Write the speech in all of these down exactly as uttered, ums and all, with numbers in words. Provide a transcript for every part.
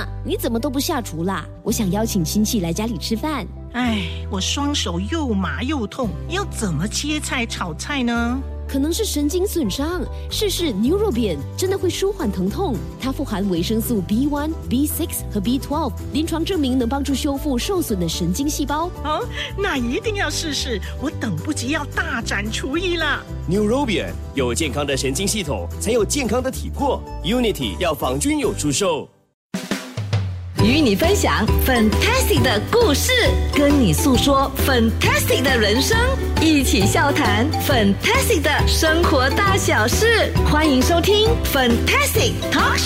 你怎么都不下厨啦？我想邀请亲戚来家里吃饭。 哎，我双手又麻又痛，要怎么切菜炒菜呢？ 可能是神经损伤，试试 Neurobion 真的会舒缓疼痛。它富含维生素 B 一、B 六 和 B十二， 临床证明能帮助修复受损的神经细胞。 哦，那一定要试试，我等不及要大展厨艺了。 Neurobion 有健康的神经系统，才有健康的体魄。Unity 药房均有出售。 与你分享 Fantastic 的故事，跟你诉说 Fantastic 的人生，一起笑谈 Fantastic 的生活大小事。欢迎收听 Fantastic Talk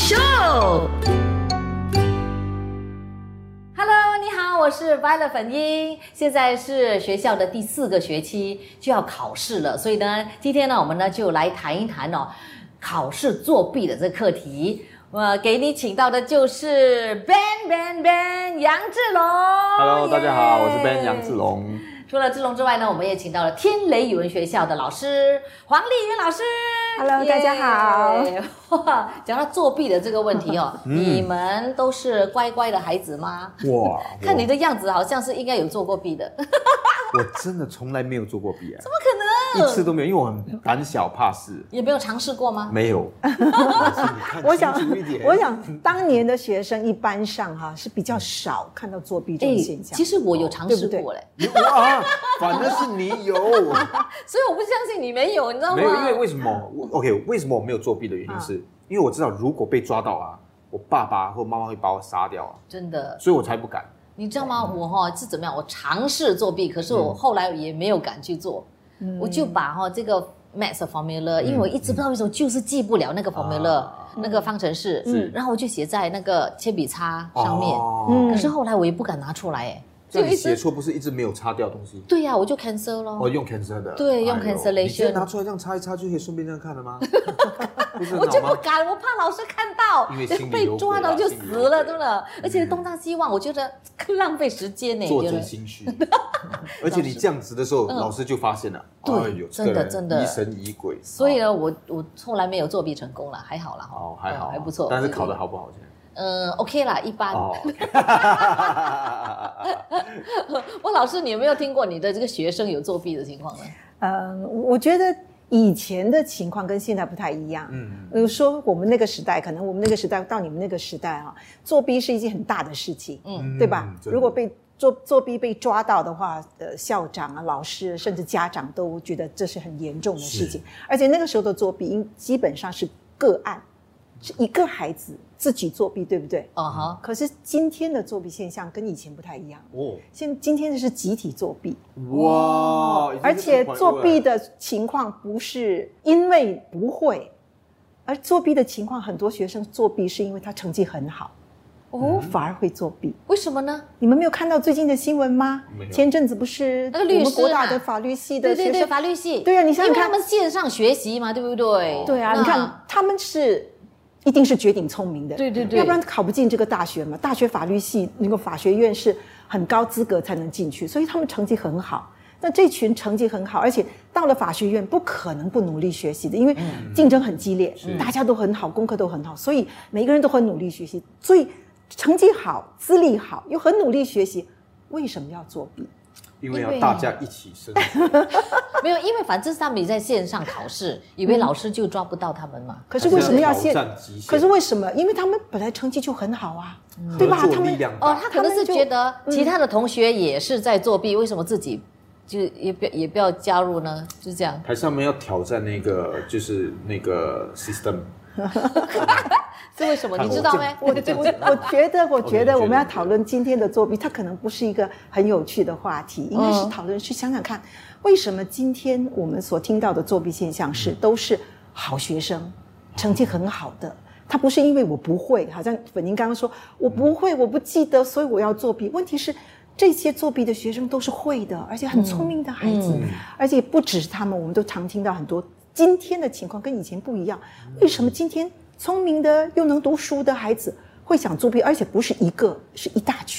Show。Hello， 你好，我是 Violet 粉英。现在是学校的第四个学期，就要考试了，所以呢，今天呢，我们呢就来谈一谈哦，考试作弊的这个课题。我给你请到的就是 Ben Ben Ben 杨志龙。 Hello， 大家好，我是 Ben 杨志龙。除了志龙之外呢，我们也请到了天雷语文学校的老师黄丽云老师。 Hello， 大家好。 哇，讲到作弊的这个问题哦，嗯、你们都是乖乖的孩子吗？ 哇， 看你的样子，好像是应该有做过弊的。 我真的从来没有做过弊啊！ 怎么可能？ 一次都没有，因为我很胆小怕事。 也没有尝试过吗？ 没有。 我想，我想当年的学生一般上哈、啊、是比较少看到作弊这种现象。 其实我有尝试过嘞。 哇，反而是你有， 所以我不相信你没有，你知道吗？ 没有，因为为什么 ？OK， 为什么我没有作弊的原因是，啊、因为我知道如果被抓到啊，我爸爸或妈妈会把我杀掉啊。 真的。 所以我才不敢。 你知道吗？我哈是怎么样？我尝试作弊，可是我后来也没有敢去做。嗯、我就把哈这个 math formula，、嗯、因为我一直不知道为什么就是记不了那个 formula、啊、那个方程式，嗯、然后我就写在那个铅笔擦上面。哦、可是后来我也不敢拿出来，哎。 这样你写错不是一直没有擦掉东西？ 对呀、啊，我就 cancel 咯。 哦，用 cancel 的。 对，用 cancellation。你直接拿出来这样擦一擦就可以顺便这样看了吗？不是我就不敢，我怕老师看到， 因为心里被抓到就死了，真的。而且东张西望，我觉得浪费时间呢。 做贼心虚。而且你这样子的时候，老师就发现了。 对，哎呦，真的真的疑神疑鬼。 所以呢，我我后来没有作弊成功了，还好啦。 哦，还好， 还不错。 但是考得好不好？现在？ 嗯 ，OK 啦，一般。哦、我老师，你有没有听过你的这个学生有作弊的情况呢？ 嗯，我觉得以前的情况跟现在不太一样。嗯，呃，说我们那个时代，可能我们那个时代到你们那个时代啊，作弊是一件很大的事情，嗯，对吧？嗯、如果被作作弊被抓到的话，呃，校长啊、老师甚至家长都觉得这是很严重的事情，而且那个时候的作弊基本上是个案。是一个孩子自己作弊，对不对？啊哈、uh。Huh. 可是今天的作弊现象跟以前不太一样哦。现今天的是集体作弊，哇！而且作弊的情况不是因为不会，而作弊的情况，很多学生作弊是因为他成绩很好，哦，反而会作弊。 为什么呢？ 你们没有看到最近的新闻吗？前阵子不是那个律师、啊、 我们国大的法律系的学生， 对对对，法律系， 对啊，你想想看， 因为他们线上学习嘛，对不对？ 对啊，你看他们是。一定是绝顶聪明的， 对对对， 要不然考不进这个大学嘛。大学法律系那个法学院是很高资格才能进去，所以他们成绩很好。那这群成绩很好，而且到了法学院不可能不努力学习的，因为竞争很激烈，嗯、大家都很好，功课都很好，所以每个人都很努力学习。所以成绩好、资历好，又很努力学习，为什么要作弊？ 因为要大家一起生活。 没有，因为反正他们也在线上考试，以为老师就抓不到他们嘛。 可是为什么要线？可是为什么？因为他们本来成绩就很好啊，嗯、对吧？他们哦，他可能是觉得其他的同学也是在作弊，嗯、为什么自己就也不也不要加入呢？就这样。 还是他们要挑战那个，就是那个 system。 是为什么？你知道吗？ 我我我觉得，我觉得我们要讨论今天的作弊，它可能不是一个很有趣的话题，应该是讨论去想想看，为什么今天我们所听到的作弊现象是都是好学生，成绩很好的。他不是因为我不会，好像粉英刚刚说我不会，我不记得，所以我要作弊。问题是这些作弊的学生都是会的，而且很聪明的孩子，嗯嗯、而且不只是他们，我们都常听到很多今天的情况跟以前不一样。为什么今天聪明的又能读书的孩子会想作弊，而且不是一个，是一大群。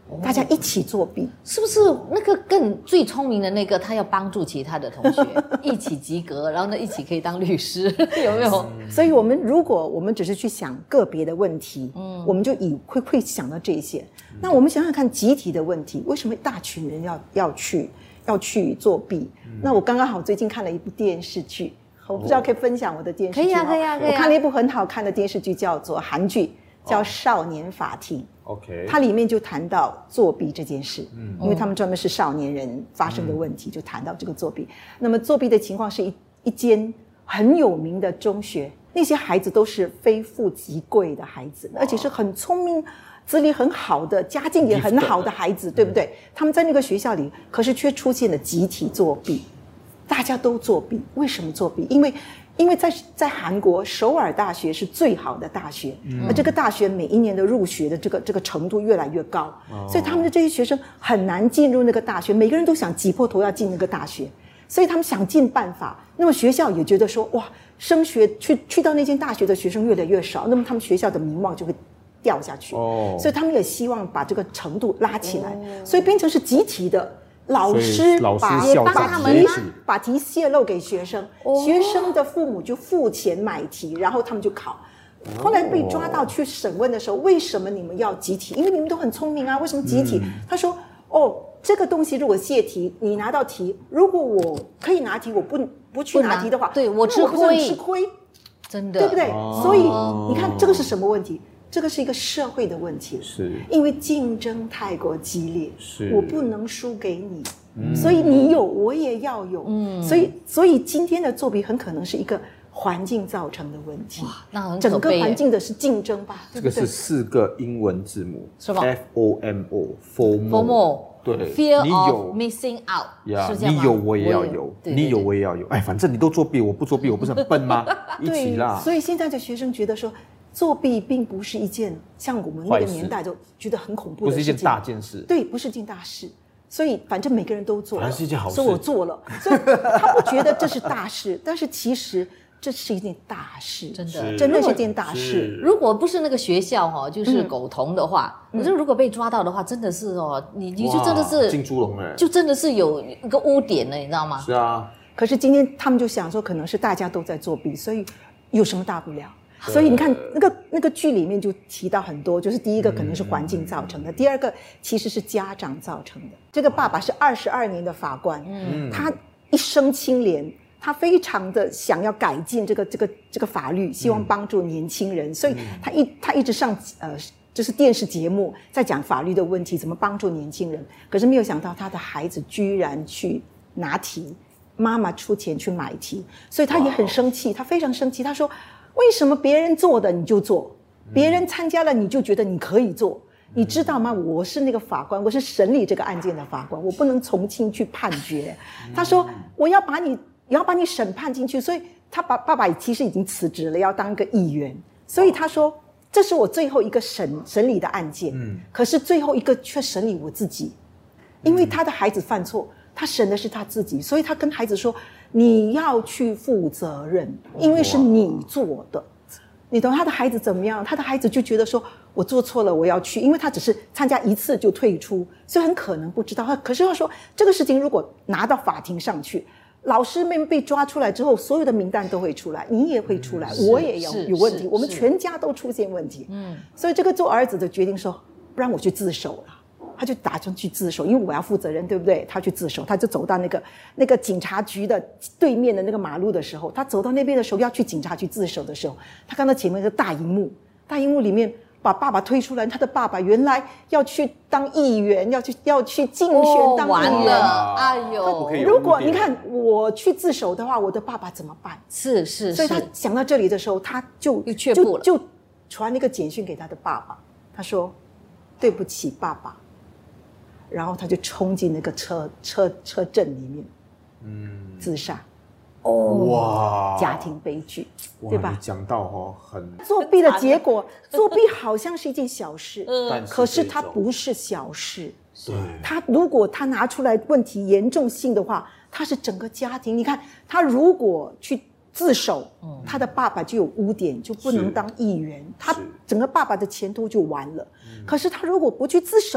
大家一起作弊， 是不是那个更最聪明的那个，他要帮助其他的同学一起及格，然后呢一起可以当律师，有没有？ 所以我们如果我们只是去想个别的问题，嗯，我们就以会会想到这些。那我们想想看集体的问题，为什么大群人要要去要去作弊？嗯、那我刚刚好最近看了一部电视剧，我不知道可以分享我的电视剧吗？ 可以啊，可以啊，可以啊。 我看了一部很好看的电视剧，叫做韩剧，叫《少年法庭》。 OK， 它里面就谈到作弊这件事，嗯，因为他们专门是少年人发生的问题，嗯、就谈到这个作弊。那么作弊的情况是一一间很有名的中学，那些孩子都是非富即贵的孩子，而且是很聪明、资历很好的、家境也很好的孩子，对不对？嗯、他们在那个学校里，可是却出现了集体作弊，大家都作弊。为什么作弊？因为因为在在韩国，首尔大学是最好的大学，嗯、而这个大学每一年的入学的这个这个程度越来越高，哦、所以他们的这些学生很难进入那个大学，每个人都想挤破头要进那个大学，所以他们想尽办法。那么学校也觉得说，哇，升学去去到那间大学的学生越来越少，那么他们学校的名望就会掉下去，哦、所以他们也希望把这个程度拉起来，哦、所以变成是集体的。老师把也帮他们把题泄露给学生，哦、学生的父母就付钱买题，然后他们就考。后来被抓到去审问的时候，为什么你们要集体？因为你们都很聪明啊，为什么集体？嗯、他说：“哦，这个东西如果泄题，你拿到题，如果我可以拿题，我不不去拿题的话， 对我吃亏，吃亏， 真的， 对不对？哦、所以你看，这个是什么问题？”这个是一个社会的问题， 是因为竞争太过激烈， 是我不能输给你，嗯、所以你有我也要有，嗯、所以所以今天的作弊很可能是一个环境造成的问题。哇， 那很整个环境的是竞争吧？ 这个是四个英文字母， 是吧 ？F O M O，FOMO， 对 ，Fear of missing out， 是这样吗？你有我也要有，你有我也要有。哎，反正你都作弊，我不作弊，我不是很笨吗？一起啦。 所以现在的学生觉得说，作弊并不是一件像我们那个年代就觉得很恐怖的事情， 不是一件大件事， 对，不是一件大事。所以反正每个人都做了， 反正是一件好事， 所以我做了，所以他不觉得这是大事，但是其实这是一件大事， 真的， 真的是一件大事。 如果不是那个学校哈，就是苟同的话，可是如果被抓到的话，真的是哦，你你就真的是进猪笼哎， 就真的是有一个污点了，你知道吗？ 是啊。 可是今天他们就想说，可能是大家都在作弊，所以有什么大不了？所以你看那个那个剧里面就提到很多，就是第一个可能是环境造成的，嗯、第二个其实是家长造成的。这个爸爸是二十二年的法官，嗯，他一生清廉，他非常的想要改进这个这个这个法律，希望帮助年轻人，嗯、所以他一他一直上呃就是电视节目在讲法律的问题，怎么帮助年轻人。可是没有想到他的孩子居然去拿题，妈妈出钱去买题，所以他也很生气，他非常生气，他说。为什么别人做的你就做，别人参加了你就觉得你可以做？你知道吗？我是那个法官，我是审理这个案件的法官，我不能从轻去判决。他说我要把你，要把你审判进去，所以他把爸爸其实已经辞职了，要当一个议员。所以他说这是我最后一个审审理的案件，可是最后一个却审理我自己，因为他的孩子犯错。他审的是他自己，所以他跟孩子说：“你要去负责任，因为是你做的。”你懂他的孩子怎么样？他的孩子就觉得说：“我做错了，我要去。”因为他只是参加一次就退出，所以很可能不知道。可是他说，这个事情如果拿到法庭上去，老师们被抓出来之后，所有的名单都会出来，你也会出来，嗯、我也要有问题，我们全家都出现问题。嗯，所以这个做儿子的决定说：“不然我去自首了。”他就打算去自首，因为我要负责任，对不对？他去自首，他就走到那个那个警察局的对面的那个马路的时候，他走到那边的时候，要去警察局自首的时候，他看到前面一个大荧幕，大荧幕里面把爸爸推出来，他的爸爸原来要去当议员，要去要去竞选当议员。 哦、完了，哎呦！ 如果你看我去自首的话，我的爸爸怎么办？ 是是是。 所以他想到这里的时候，他就却步了， 就就传那个简讯给他的爸爸，他说：“对不起，爸爸。”然后他就冲进那个车车车阵里面，嗯，自杀。哦，哇，家庭悲剧，对吧？ 你讲到哦，很作弊的结果，作弊好像是一件小事，嗯，可是它不是小事。 对， 他如果他拿出来问题严重性的话，他是整个家庭。你看，他如果去自首，嗯、他的爸爸就有污点，就不能当议员，他整个爸爸的前途就完了。嗯、可是他如果不去自首，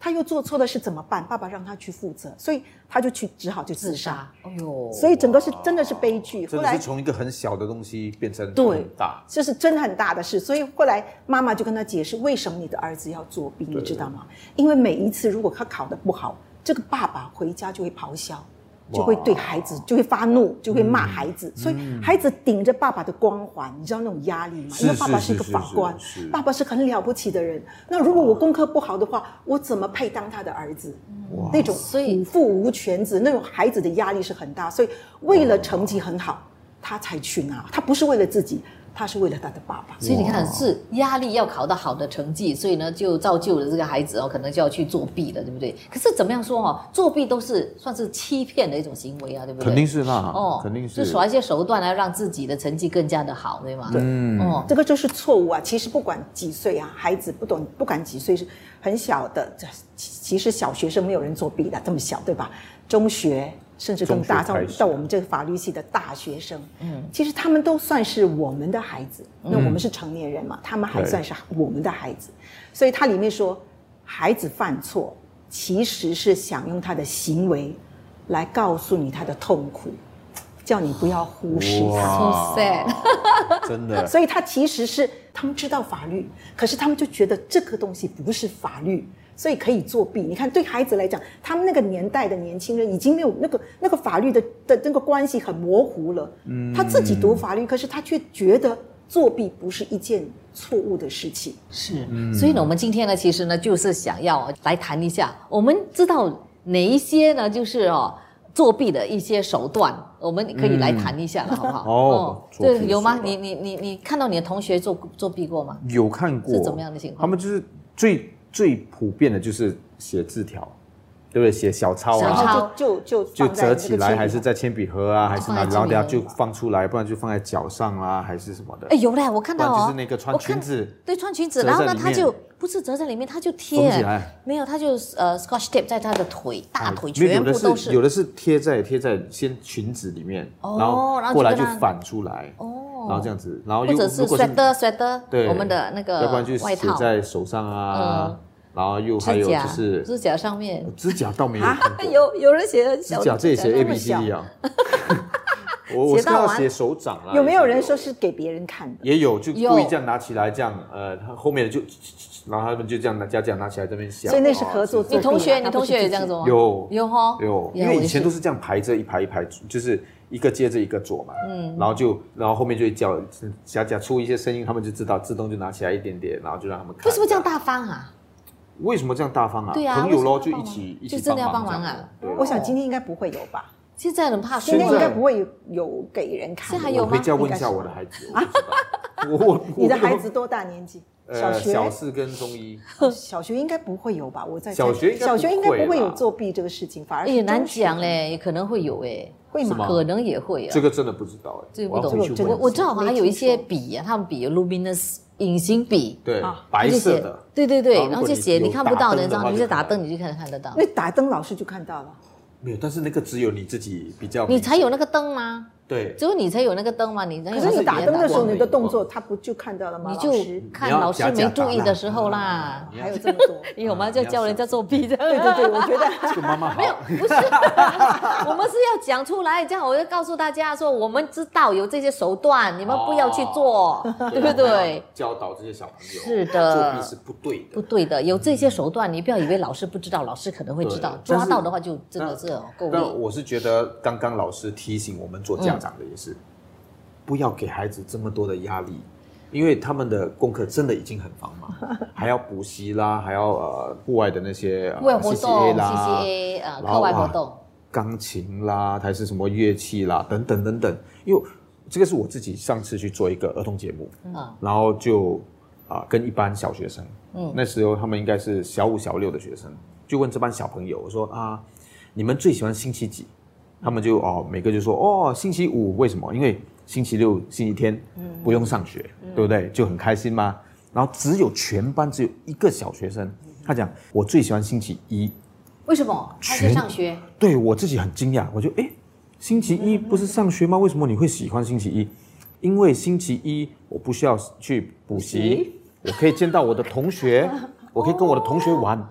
他又做错了事怎么办？爸爸让他去负责，所以他就去只好就自杀。 哎呦， 所以整个是真的是悲剧。 真的是从一个很小的东西变成对很大， 这是真的很大的事。所以后来妈妈就跟他解释，为什么你的儿子要作弊，你知道吗？因为每一次如果他考得不好，这个爸爸回家就会咆哮。就会对孩子就会发怒，就会骂孩子，嗯、所以孩子顶着爸爸的光环，你知道那种压力吗？因为爸爸是一个法官，爸爸是很了不起的人。那如果我功课不好的话，我怎么配当他的儿子？那种虎父无犬子，那种孩子的压力是很大，所以为了成绩很好，他才去拿，他不是为了自己。他是为了他的爸爸， 所以你看是压力要考到好的成绩，所以呢就造就了这个孩子哦，可能就要去作弊了，对不对？可是怎么样说哦，作弊都是算是欺骗的一种行为啊，对不对？ 肯定是啦，哦，肯定是， 就耍一些手段来让自己的成绩更加的好，对吗？ 对，嗯，哦，这个就是错误啊。其实不管几岁啊，孩子不懂，不管几岁是很小的，其实小学生没有人作弊的，这么小，对吧？中学。甚至更大到到我们这个法律系的大学生，嗯，其实他们都算是我们的孩子。那我们是成年人嘛，他们还算是我们的孩子。所以它里面说，孩子犯错其实是想用他的行为来告诉你他的痛苦，叫你不要忽视他。 So sad， 真的。 所以他其实是他们知道法律，可是他们就觉得这个东西不是法律。所以可以作弊。你看，对孩子来讲，他们那个年代的年轻人已经没有那个那个法律的的那个关系很模糊了。嗯，他自己读法律，可是他却觉得作弊不是一件错误的事情。 是，嗯、所以呢，我们今天呢，其实呢，就是想要来谈一下，我们知道哪一些呢，就是哦。作弊的一些手段，我们可以来谈一下了，嗯、好不好？ 哦， 对，有吗？你你你你看到你的同学作作弊过吗？ 有看过， 是怎么样的情况？ 他们就是最最普遍的就是写字条，对不对？写小抄啊， 小抄就就就折起来，还是在铅笔盒啊，还是哪里，然后等下就放出来，不然就放在脚上啊，还是什么的。 哎，有嘞，我看到哦， 就是那个穿裙子， 对，穿裙子，然后呢，他就不是折在里面，他就贴起来， 没有，他就呃 Scotch tape 在他的腿、大腿全部都是， 有的是贴在贴在先裙子里面，然后过来就反出来，哦，然后这样子，然后或者是 sweater sweater， 对，我们的那个要不然就写在手上啊。然后又还有就是指甲上面， 指甲倒没有看过， 有有人写指甲，这也写 A B C D 啊。我我是要写手掌啦。 有没有人说是给别人看的？ 也有，就故意这样拿起来，这样呃，后面就，然后他们就这样拿，这样拿起来这边写。 所以那是合作。 你同学，你同学也这样做吗？ 有有哈有，因为以前都是这样排着一排一排，就是一个接着一个做嘛。嗯。然后就，然后后面就会叫假假出一些声音，他们就知道，自动就拿起来一点点，然后就让他们看。 为什么这样大方啊？ 为什么这样大方啊？ 对啊， 朋友咯，就一起一起就真的要帮忙啊。 我想今天应该不会有吧。 现在很怕， 现在应该不会有有给人看。 现在还有吗？ 我回家问一下我的孩子。啊，我你的孩子多大年纪？小学、 小四跟中一。 小学应该不会有吧？我在小学小学应该不会有作弊这个事情，反而也难讲嘞，也可能会有哎。 会吗？ 可能也会啊。 这个真的不知道哎， 这个不懂。我我知道好像有一些笔啊，他们笔有 luminous 隐形笔， 对，白色的， 对对对，然后就写你看不到的，然后你就打灯，你就看看得到。 那打灯老师就看到了。 没有，但是那个只有你自己比较， 你才有那个灯吗？ 对， 只有你才有那个灯吗？你可是你打灯的时候，你的动作他不就看到了吗？ 你就看老师没注意的时候啦。 还有这么多， 你有吗？就教人家作弊的。 对对对，我觉得这个妈妈好。 没有，不是，我们是要讲出来，这样我就告诉大家说，我们知道有这些手段，你们不要去做，对不对？ 教导这些小朋友， 是的， 作弊是不对的， 不对的。有这些手段，你不要以为老师不知道，老师可能会知道，抓到的话就真的是够力。 但我是觉得，刚刚老师提醒我们做家长的也是。不要给孩子这么多的压力，因为他们的功课真的已经很繁忙，还要补习啦，还要呃户外的那些户外活动 C C A 呃课外活动， 钢琴啦，还是什么乐器啦，等等等等。因为这个是我自己上次去做一个儿童节目，嗯，然后就啊、呃、跟一班小学生，嗯，那时候他们应该是小五小六的学生，就问这班小朋友，我说啊，你们最喜欢星期几？他们就哦每个就说哦星期五，为什么？因为星期六、星期天不用上学，嗯、对不对？就很开心嘛。然后只有全班只有一个小学生，他讲我最喜欢星期一。 为什么？他去上学。 对我自己很惊讶，我就哎，星期一不是上学吗？为什么你会喜欢星期一？因为星期一我不需要去补习，我可以见到我的同学，我可以跟我的同学玩。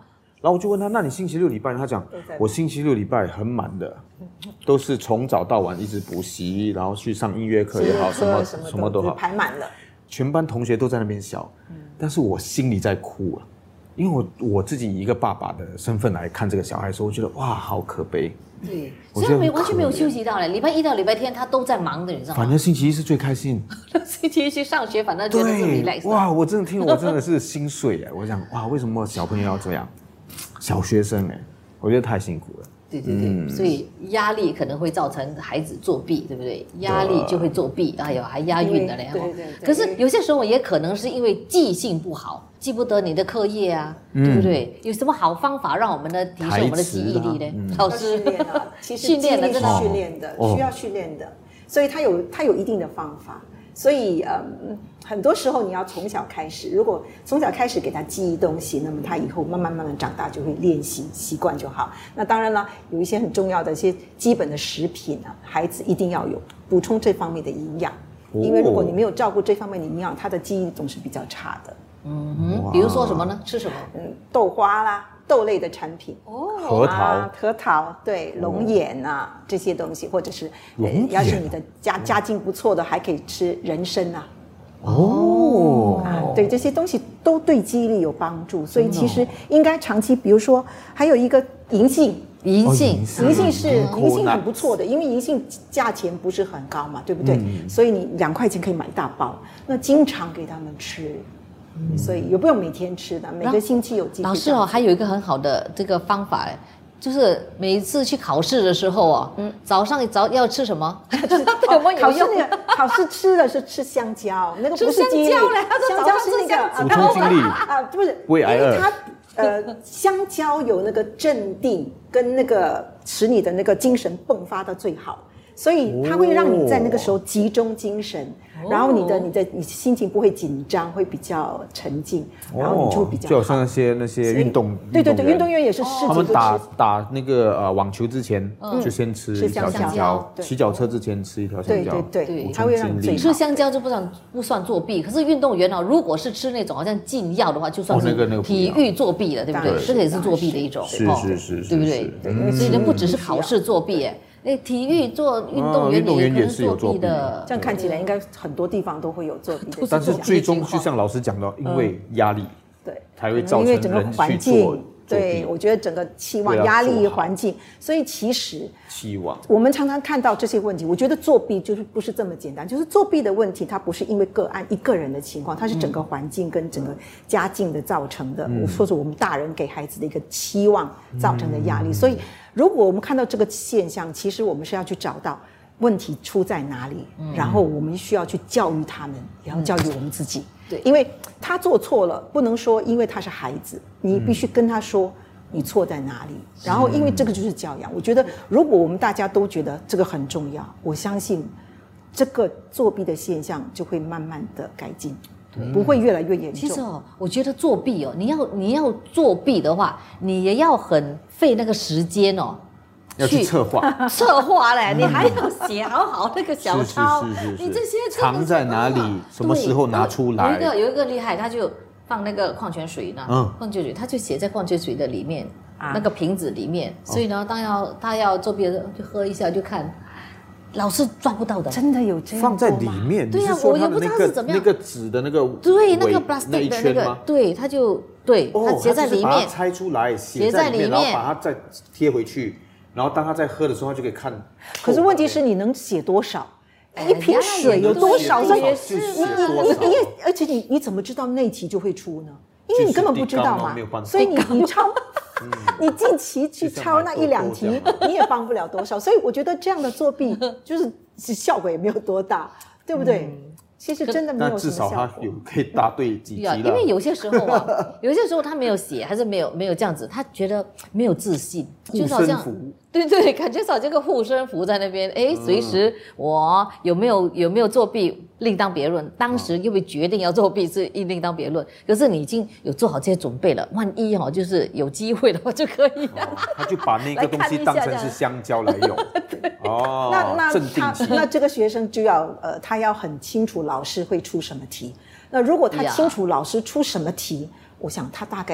然后我就问他，那你星期六礼拜？他讲我星期六礼拜很满的，都是从早到晚一直补习，然后去上音乐课也好，什么什么都好， 排满了。 全班同学都在那边笑，但是我心里在哭啊，因为我我自己以一个爸爸的身份来看这个小孩的时候，我觉得哇，好可悲。 对，所以他没完全没有休息到嘞，礼拜一到礼拜天他都在忙的，你知道吗？ 反正星期一是最开心， 星期一去上学，反正觉得是 relax。 哇，我真的听了，我真的是心碎哎！我想哇，为什么小朋友要这样？小学生哎，我觉得太辛苦了。 对对对，嗯、所以压力可能会造成孩子作弊，对不对？压力就会作弊，哎呦，还押韵的嘞！ 对对对。 可是有些时候也可能是因为记性不好，记不得你的课业啊，嗯、对不对？有什么好方法让我们呢提升我们的记忆力呢？ 嗯、 老师训练啊，其实训练的真的训练的，需要训练的，所以它有它有一定的方法。所以嗯，很多时候你要从小开始，如果从小开始给他记忆东西，那么他以后慢慢慢慢长大就会练习习惯就好。那当然了，有一些很重要的一些基本的食品啊，孩子一定要有补充这方面的营养，因为如果你没有照顾这方面的营养，他的记忆总是比较差的。 嗯哼，比如说什么呢？吃什么？ 嗯，豆花啦。豆类的产品哦， 核桃、 啊、核桃对，龙眼啊、哦、这些东西，或者是呃，要是你的家家境不错的，还可以吃人参啊。 哦、 啊，对，这些东西都对记忆力有帮助，所以其实应该长期，比如说还有一个银杏。 银杏， 银杏是银杏很不错的，因为银杏价钱不是很高嘛，对不对？嗯、所以你两块钱可以买一大包，那经常给他们吃。嗯、所以也不用每天吃的，每个星期有机会。 老师哦，还有一个很好的这个方法，就是每次去考试的时候哦，嗯，早上早要吃什么？ 对，我有用。考试吃的是吃香蕉，那个不是香蕉嘞， 香蕉是那个补充精力啊，不是胃癌二。 它呃，香蕉有那个镇定跟那个使你的那个精神迸发到最好。所以它会让你在那个时候集中精神，哦、然后你的你的你心情不会紧张，会比较沉静，然后你就会比较好。 就好像那些那些运动， 对对对，运动员也是市集他们打打那个呃网球之前就先吃一条香蕉，骑脚车之前吃一条香蕉， 对对对，它会让你最好。 吃香蕉就不算不算作弊，可是运动员哦，如果是吃那种好像禁药的话，就算是体育作弊了，对不对？这个也是作弊的一种， 是是是， 对不对？所以呢，不只是考试作弊哎。那体育做运动员也可能是作弊的， 这样看起来应该很多地方都会有作弊的。 但是最终就像老师讲的，因为压力， 对， 才会造成人去做。 对，我觉得整个期望、压力、环境，所以其实期望， 我们常常看到这些问题。我觉得作弊就是不是这么简单，就是作弊的问题，它不是因为个案一个人的情况，它是整个环境跟整个家境的造成的。我说是我们大人给孩子的一个期望造成的压力。所以，如果我们看到这个现象，其实我们是要去找到问题出在哪里，然后我们需要去教育他们，然后教育我们自己。对，因为他做错了，不能说因为他是孩子，你必须跟他说你错在哪里。然后，因为这个就是教养。我觉得，如果我们大家都觉得这个很重要，我相信这个作弊的现象就会慢慢的改进，不会越来越严重。 其实哦，我觉得作弊哦，你要你要作弊的话，你也要很费那个时间哦。 要去策划， 策划嘞，你还要写好好那个小抄， 是是是是你这些藏在哪里，什么时候拿出来？ 有一个有一个厉害，他就放那个矿泉水呢，嗯，矿泉水他就写在矿泉水的里面，啊、那个瓶子里面，所以呢，当要他要作弊的时候就喝一下就看。老是抓不到的， 真的有这样放在里面？ 对呀、啊，我也不知道是怎么样。 那个纸的那个对，那个 plastic 的那个，对，他就对， 哦、 他写在里面， 把它拆出来，写在里面，然后把它再贴回去。然后当他在喝的时候，他就可以看。 可是问题是你能写多少？一瓶水有多少？ 也是你你你你，而且你你怎么知道那期就会出呢？因为你根本不知道嘛。所以你你抄，你近期去抄那一两题，你也帮不了多少。所以我觉得这样的作弊就是效果也没有多大，对不对？其实真的没有什么效果。 至少他有可以答对几题了。 因为有些时候啊，有些时候他没有写，还是没有没有这样子，他觉得没有自信，就是好像对对，感觉少这个护身符在那边，哎，随时我有没有有没有作弊另当别论，当时又被决定要作弊是另当别论。可是你已经有做好这些准备了，万一哈、哦、就是有机会的话就可以、啊哦。他就把那个东西当成是香蕉来用。哦， 那那他那这个学生就要呃，他要很清楚老师会出什么题。那如果他清楚老师出什么题，我想他大概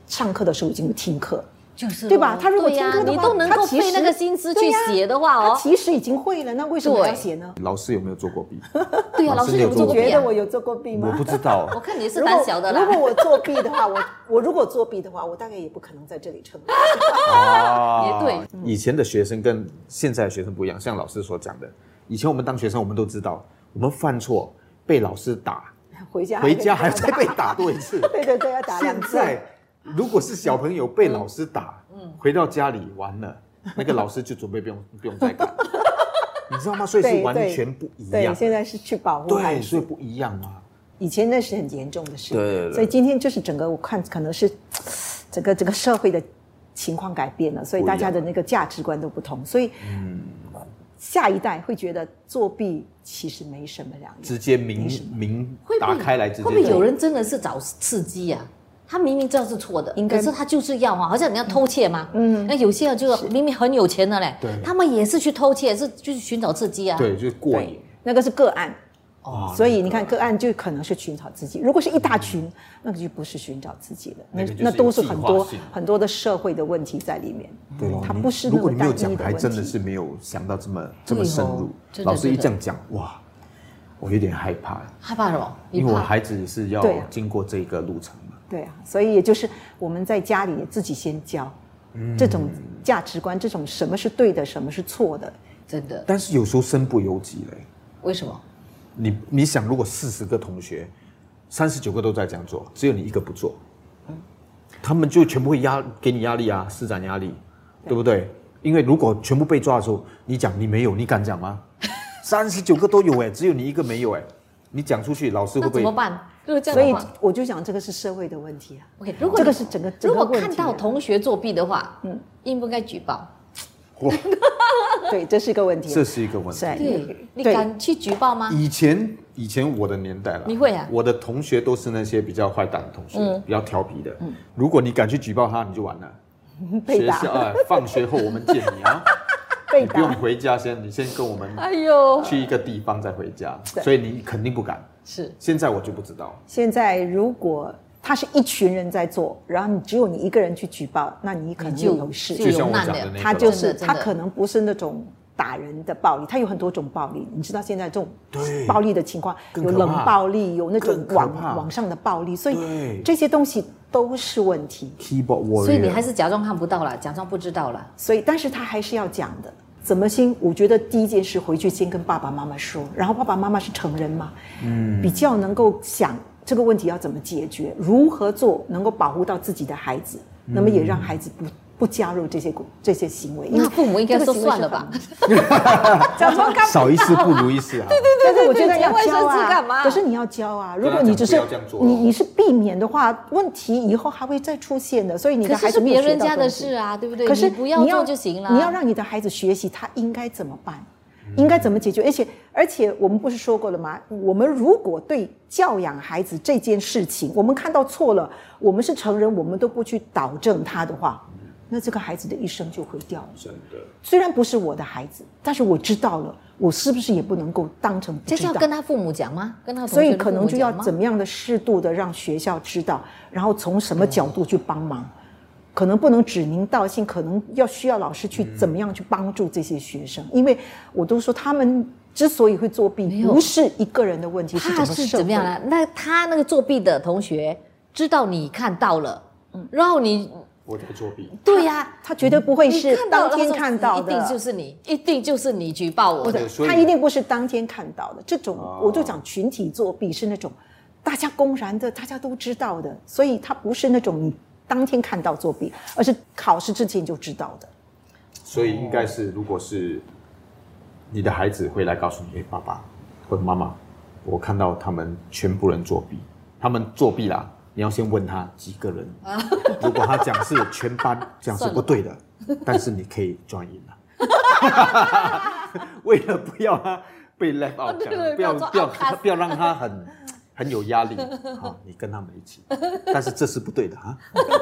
上课的时候已经有听课。 就是对吧？他如果听课的话， 你都能够费那个心思去写的话哦， 他其实已经会了，那为什么要写呢？ 老师有没有做过弊？ 对呀，老师有做过弊。 你觉得我有做过弊吗？ 我不知道。 我看你是胆小的啦。 如果我作弊的话，我我如果作弊的话，我大概也不可能在这里成功。 也对。 以前的学生跟现在的学生不一样，像老师所讲的，以前我们当学生，我们都知道，我们犯错被老师打， 回家回家还要再被打多一次。 对对对，要打两次。 现在如果是小朋友被老师打，嗯，回到家里完了，那个老师就准备不用不用再打，你知道吗？所以是完全不一样。 对，现在是去保护孩子， 对，所以不一样嘛。 以前那是很严重的事， 对。 所以今天就是整个我看可能是整个整个社会的情况改变了，所以大家的那个价值观都不同，所以嗯，下一代会觉得作弊其实没什么两样， 直接明明打开来直接。 会不会有人真的是找刺激呀？他明明知道是错的，可是他就是要嘛，好像你要偷窃嘛。嗯，那有些人就明明很有钱的嘞，他们也是去偷窃，是就是寻找刺激啊。 对，就是过瘾。 那个是个案哦，所以你看个案就可能是寻找刺激，如果是一大群，那个就不是寻找刺激了，那那都是很多很多的社会的问题在里面。 对， 它不是那么单一的问题。 如果你没有讲，还真的是没有想到这么这么深入。老师一这样讲，哇，我有点害怕。 害怕什么？ 因为我孩子是要经过这个路程。 对啊，所以也就是我们在家里自己先教、嗯、这种价值观，这种什么是对的，什么是错的， 真的。 但是有时候身不由己嘞。 为什么？ 你你想，如果四十个同学，三十九个都在这样做，只有你一个不做，嗯，他们就全部会压给你压力啊，施展压力，对, 对不对？因为如果全部被抓的时候，你讲你没有，你敢讲吗？三十九个都有哎，只有你一个没有哎，你讲出去，老师会不会？ 那怎么办？ 所以我就讲这个是社会的问题啊。 OK， 如果这个是整个整个问题、啊。 如果看到同学作弊的话，嗯，应不应该举报？ 对，这是一个问题、啊。 这是一个问题。 对，你敢去举报吗？ 以前以前我的年代了， 你会啊？ 我的同学都是那些比较坏蛋的同学，嗯、比较调皮的。嗯，如果你敢去举报他，你就完了。 被打。 学校啊，放学后我们见你啊。 被打。你不用回家先，你先跟我们。 哎呦。 去一个地方再回家，所以你肯定不敢。 是， 现在我就不知道。 现在如果他是一群人在做，然后你只有你一个人去举报，那你可能就有事， 就像我讲的那个， 他就是他可能不是那种打人的暴力，他有很多种暴力。你知道现在这种暴力的情况，有冷暴力，有那种网网上的暴力，所以这些东西都是问题。 所以你还是假装看不到了，假装不知道了。 所以，但是他还是要讲的。怎么先？我觉得第一件事回去先跟爸爸妈妈说，然后爸爸妈妈是成人嘛，嗯，比较能够想这个问题要怎么解决，如何做能够保护到自己的孩子，嗯、那么也让孩子不不加入这些这些行为。 那父母应该说算了吧， 假装看不到少一事不如一事啊。 对对对，但是我觉得要教啊， 干嘛？ 可是你要教啊，如果你只是你你是避免的话，问题以后还会再出现的。所以你的孩子没有学到东西。 可是别人家的事啊，对不对？ 可是你不要做就行了。 你要让你的孩子学习他应该怎么办。应该怎么解决？而且而且我们不是说过了吗？我们如果对教养孩子这件事情，我们看到错了，我们是成人，我们都不去导正他的话，那这个孩子的一生就毁掉了。 真的， 虽然不是我的孩子，但是我知道了，我是不是也不能够当成不知道？ 这是要跟他父母讲吗？跟他同学所以可能就要怎么样的适度的让学校知道，然后从什么角度去帮忙。嗯，可能不能指名道姓，可能要需要老师去怎么样去帮助这些学生，因为我都说他们之所以会作弊，不是一个人的问题，是整个社会。 他是怎么样呢？那他那个作弊的同学知道你看到了，嗯，然后你我在作弊， 对呀、啊， 他绝对不会是当天看到的， 一定就是你，一定就是你举报我的， 他一定不是当天看到的。这种、哦、我就讲群体作弊是那种大家公然的，大家都知道的，所以他不是那种你当天看到作弊，而是考试之前就知道的。 所以应该是，如果是你的孩子会来告诉你，哎，爸爸或者妈妈，我看到他们全部人作弊，他们作弊啦，你要先问他几个人。如果他讲是全班，这样是不对的，但是你可以 join in 了。为了不要他被 left out， 不要不要不要让他很。很有压力，好，你跟他们一起，但是这是不对的啊。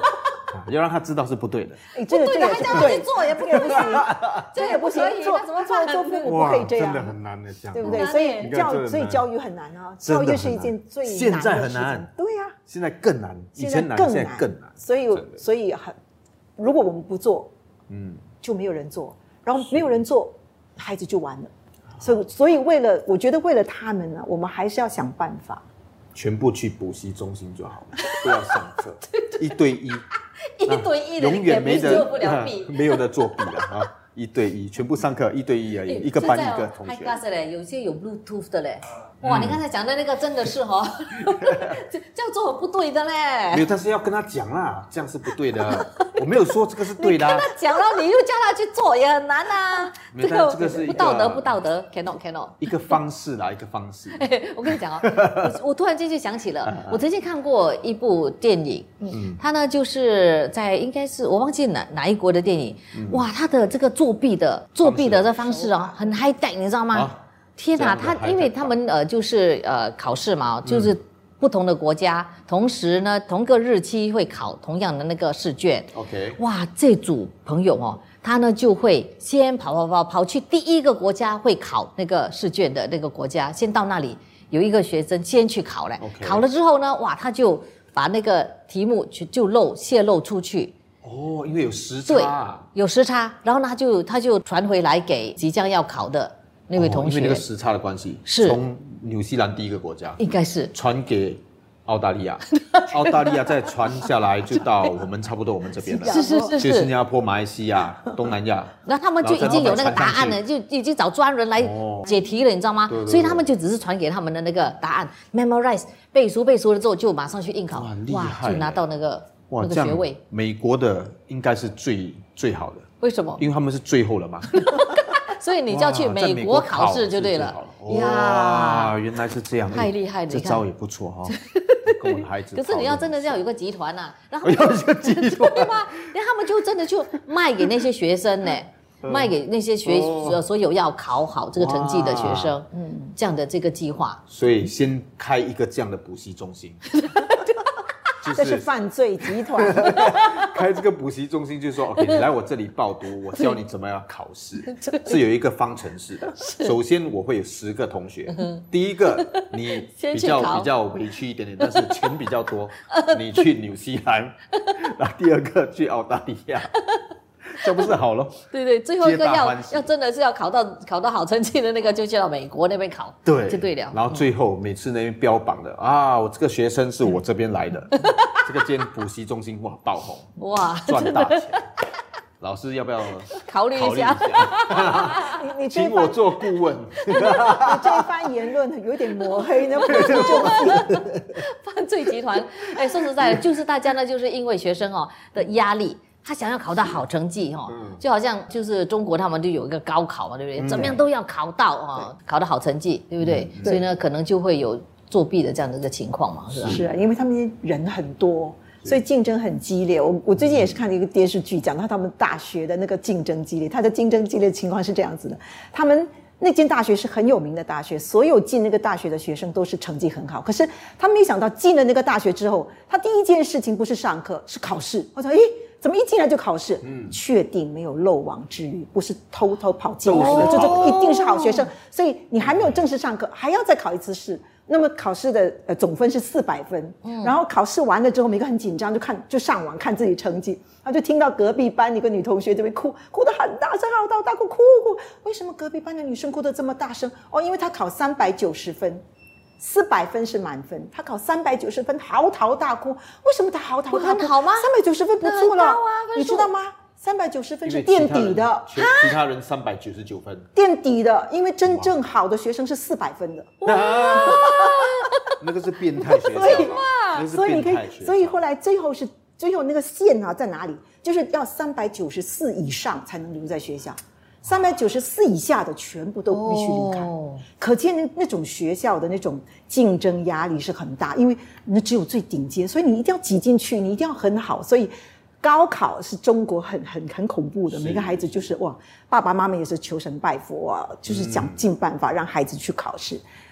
要让他知道是不对的。 哎，这个这个还叫他去做也不可以， 这也不行，做做做父母不可以这样， 真的很难的，这样对不对？所以教所以教育很难啊，教育是一件最难的事情。 现在很难， 对呀， 现在更难，以前难，现在更难。 所以所以很，如果我们不做，嗯，就没有人做，然后没有人做，孩子就完了。所以所以为了，我觉得为了他们呢，我们还是要想办法。 全部去补习中心就好了，不要上课，一对一， 一对一的， 永远没得做不了弊， 没有的作弊了啊！一对一，全部上课一对一而已，一个班一个同学。 还嘞，有些有 Bluetooth 的嘞，哇！你刚才讲的那个真的是哈，这样做不对的嘞。 没有，但是要跟他讲啦，这样是不对的。我没有说这个是对的。 你跟他讲了，你又叫他去做，也很难啊。 这个这个是不道德，不道德 ，cannot cannot。 一个方式啦，一个方式。 我跟你讲哦，我我突然间就想起了，我曾经看过一部电影，嗯，它呢就是在应该是我忘记哪哪一国的电影，哇，它的这个作弊的作弊的这方式哦，很 high tech， 你知道吗？天哪，他因为他们呃就是呃考试嘛，就是不同的国家，同时呢同个日期会考同样的那个试卷。 OK， 哇，这组朋友哦，他呢就会先跑跑跑跑去第一个国家会考那个试卷的那个国家，先到那里有一个学生先去考了， okay. 考了之后呢，哇，他就把那个题目就就漏泄露出去。 哦，因为有时差， 对，有时差，然后呢他就他就传回来给即将要考的那位同学， 哦、因为那个时差的关系， 是从纽西兰第一个国家， 应该是传给澳大利亚，澳大利亚再传下来就到我们差不多我们这边了， 是是是是新加坡、马来西亚、东南亚， 然后他们就已经有那个答案了，就已经找专人来解题了，你知道吗？ 对对对， 所以他们就只是传给他们的那个答案 ，memorize 背熟背熟了之后就马上去应考， 哇， 哇，就拿到那个那个学位。 美国的应该是最最好的， 为什么？ 因为他们是最后了嘛。 所以你就要去美国考试就对了。 哇，原来是这样， 太厉害了！ 这招也不错哈。跟我的孩子。 可是你要真的要有个集团呐，然后要一个集团， 对吗？然后他们就真的就卖给那些学生呢，卖给那些学所有要考好这个成绩的学生，嗯，这样的这个计划。 所以先开一个这样的补习中心。 这是犯罪集团。 开这个补习中心就是说 ，OK， 你来我这里报读，我教你怎么样考试，是有一个方程式的。首先我会有十个同学，第一个你比较比较委屈一点点，但是钱比较多，你去纽西兰，然后第二个去澳大利亚。这不是好了？ 对对，最后一个要要真的是要考到考到好成绩的那个，就去到美国那边考， 对， 就对了。 然后最后每次那边标榜的啊，我这个学生是我这边来的，这个间补习中心哇爆红，哇赚大钱。老师要不要考虑一下？ 你你请我做顾问。 你这一番言论有点抹黑那不就犯罪集团？哎，说实在的，就是大家呢，就是因为学生哦的压力。他想要考到好成绩哈，就好像就是中国他们就有一个高考嘛，对不对？怎么样都要考到啊，考到好成绩，对不对？所以呢，可能就会有作弊的这样的一个情况嘛，是吧？ 是啊，因为他们人很多，所以竞争很激烈。我我最近也是看了一个电视剧，讲到他们大学的那个竞争激烈。他的竞争激烈的情况是这样子的：他们那间大学是很有名的大学，所有进那个大学的学生都是成绩很好。可是他没想到进了那个大学之后，他第一件事情不是上课，是考试。我说，诶。怎么一进来就考试？嗯，确定没有漏网之鱼，不是偷偷跑进来的，这就一定是好学生。所以你还没有正式上课，还要再考一次试。那么考试的呃总分是四百分，嗯，然后考试完了之后，每个很紧张，就看就上网看自己成绩，然后就听到隔壁班一个女同学这边哭，哭得很大声，嚎啕大哭，哭哭。为什么隔壁班的女生哭得这么大声？哦，因为她考三百九十分。四百分是满分，他考三百九十分，嚎啕大哭。为什么他嚎啕大哭？ 不很好吗？ 三百九十分不错了，啊、你知道吗？三百九十分是垫底的， 其他人三百九十九分， 垫底的，因为真正好的学生是四百分的。 哇，那个是变态学校，那是变态学校。 所以后来最后是最后那个线啊在哪里？就是要三百九十四以上才能留在学校。三百九十四以下的全部都必须离开，哦、可见那那种学校的那种竞争压力是很大，因为那只有最顶尖，所以你一定要挤进去，你一定要很好。所以高考是中国很很很恐怖的，每个孩子就是哇，爸爸妈妈也是求神拜佛啊，就是想尽办法让孩子去考试。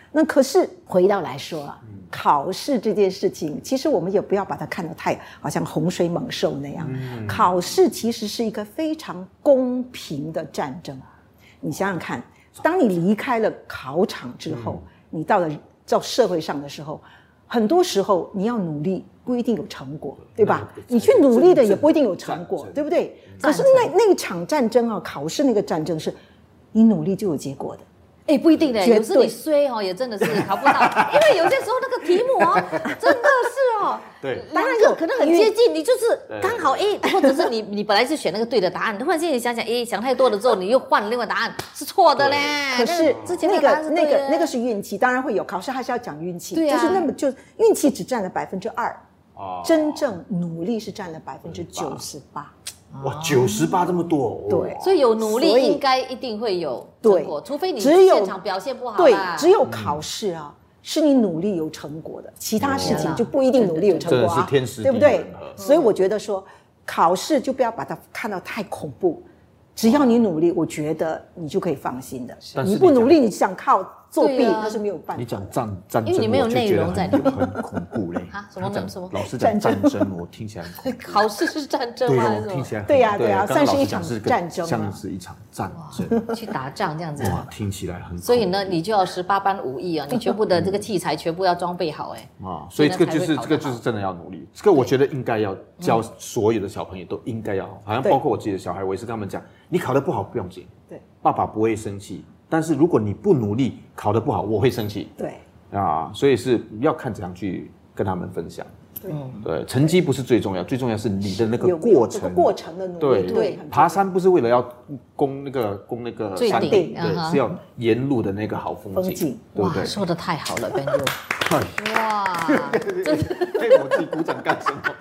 那可是回到来说啊，考试这件事情，其实我们也不要把它看得太好像洪水猛兽那样。嗯、考试其实是一个非常公平的战争。你想想看，当你离开了考场之后，嗯、你到了到社会上的时候，很多时候你要努力不一定有成果，对吧？你去努力的也不一定有成果，对不对？可是那那场战争啊，考试那个战争是，你努力就有结果的。 哎，不一定的，有时你衰哦，也真的是考不到，因为有些时候那个题目哦，真的是哦， 对， 当然有可能很接近，你就是刚好 A， 或者是你你本来是选那个对的答案，突然间你想想 A， 想太多了之后，你又换了另外答案，是错的嘞。 可是之前那个那个那个是运气，当然会有，考试还是要讲运气， 对啊， 就是那么就运气只占了百分之二，真正努力是占了百分之九十八。 哇，九十八这么多， 对， 所以有努力应该一定会有成果，除非你现场表现不好。 对，只有考试啊，是你努力有成果的，其他事情就不一定努力有成果啊， 是天时地利， 对不对？所以我觉得说，考试就不要把它看到太恐怖，只要你努力，我觉得你就可以放心的。你不努力，你想靠作弊那是没有办法。 你讲战战争， 因为你没有内容在里面， 很恐怖嘞。 啊，什么什么？ 老师讲战争，我听起来很恐怖。 考试是战争吗？ 对，听起来对呀对呀，算是一场战争， 像是一场战争。 去打仗这样子。 哇，听起来很。 所以呢，你就要十八般武艺啊，你全部的这个器材全部要装备好哎。 啊，所以这个就是这个就是真的要努力。这个我觉得应该要教所有的小朋友都应该要，好像包括我自己的小孩，我也是跟他们讲，你考得不好不用紧， 对， 爸爸不会生气。但是如果你不努力，考得不好，我会生气。 对啊，所以是要看怎样去跟他们分享。 对对，成绩不是最重要，最重要是你的那个过程， 这个过程的努力。 对对， 爬山不是为了要攻那个攻那个山顶，对，是要沿路的那个好风景， 风景， 对不对？ 说得太好了 ，Ben 哇， 真的，对我自己鼓掌干什么？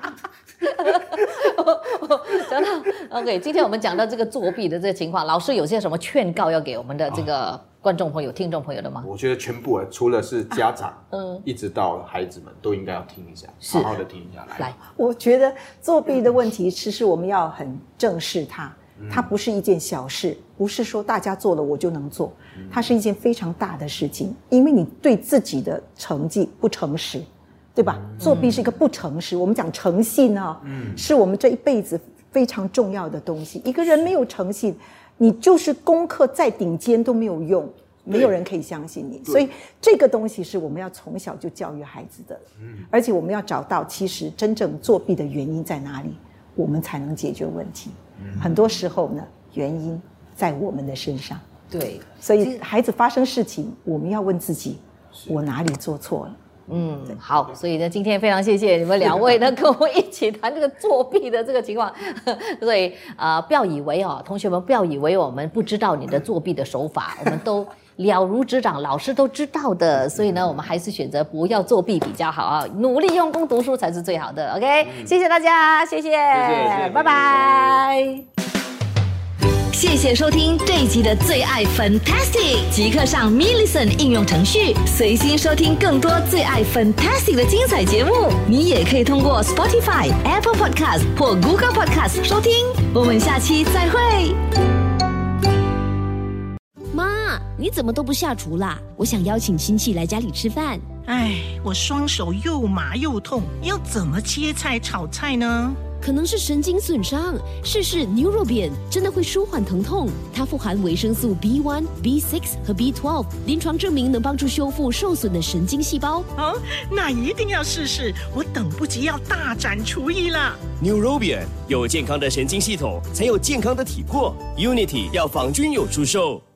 讲到 OK， 今天我们讲到这个作弊的这个情况，老师有些什么劝告要给我们的这个观众朋友、听众朋友的吗？ 我觉得全部除了是家长，嗯，一直到孩子们都应该要听一下，好好的听一下来。 来， 我觉得作弊的问题，其实我们要很正视它，它不是一件小事，不是说大家做了我就能做，它是一件非常大的事情，因为你对自己的成绩不诚实。对吧？作弊是一个不诚实。我们讲诚信啊，嗯，是我们这一辈子非常重要的东西。一个人没有诚信，你就是功课再顶尖都没有用，没有人可以相信你。所以这个东西是我们要从小就教育孩子的，嗯，而且我们要找到其实真正作弊的原因在哪里，我们才能解决问题。嗯，很多时候呢，原因在我们的身上。 对， 所以孩子发生事情，我们要问自己，我哪里做错了？ 嗯，好，所以呢，今天非常谢谢你们两位呢，跟我们一起谈这个作弊的这个情况。所以呃，不要以为哦，同学们不要以为我们不知道你的作弊的手法，我们都了如指掌，老师都知道的。所以呢，我们还是选择不要作弊比较好啊，努力用功读书才是最好的。OK，嗯，谢谢大家，谢谢，谢谢，拜拜。 谢谢收听这一集的最爱 Fantastic， 即刻上 Me Listen 应用程序，随心收听更多最爱 Fantastic 的精彩节目。你也可以通过 Spotify、Apple Podcast 或 Google Podcast 收听。我们下期再会。妈，你怎么都不下厨啦？我想邀请亲戚来家里吃饭。 哎，我双手又麻又痛，要怎么切菜炒菜呢？ 可能是神经损伤，试试 Neurobian 真的会舒缓疼痛。它富含维生素 B 一、B 六 和 B十二， 临床证明能帮助修复受损的神经细胞。 哦，那一定要试试，我等不及要大展厨艺了。 Neurobian 有健康的神经系统，才有健康的体魄。Unity 要仿君有出售。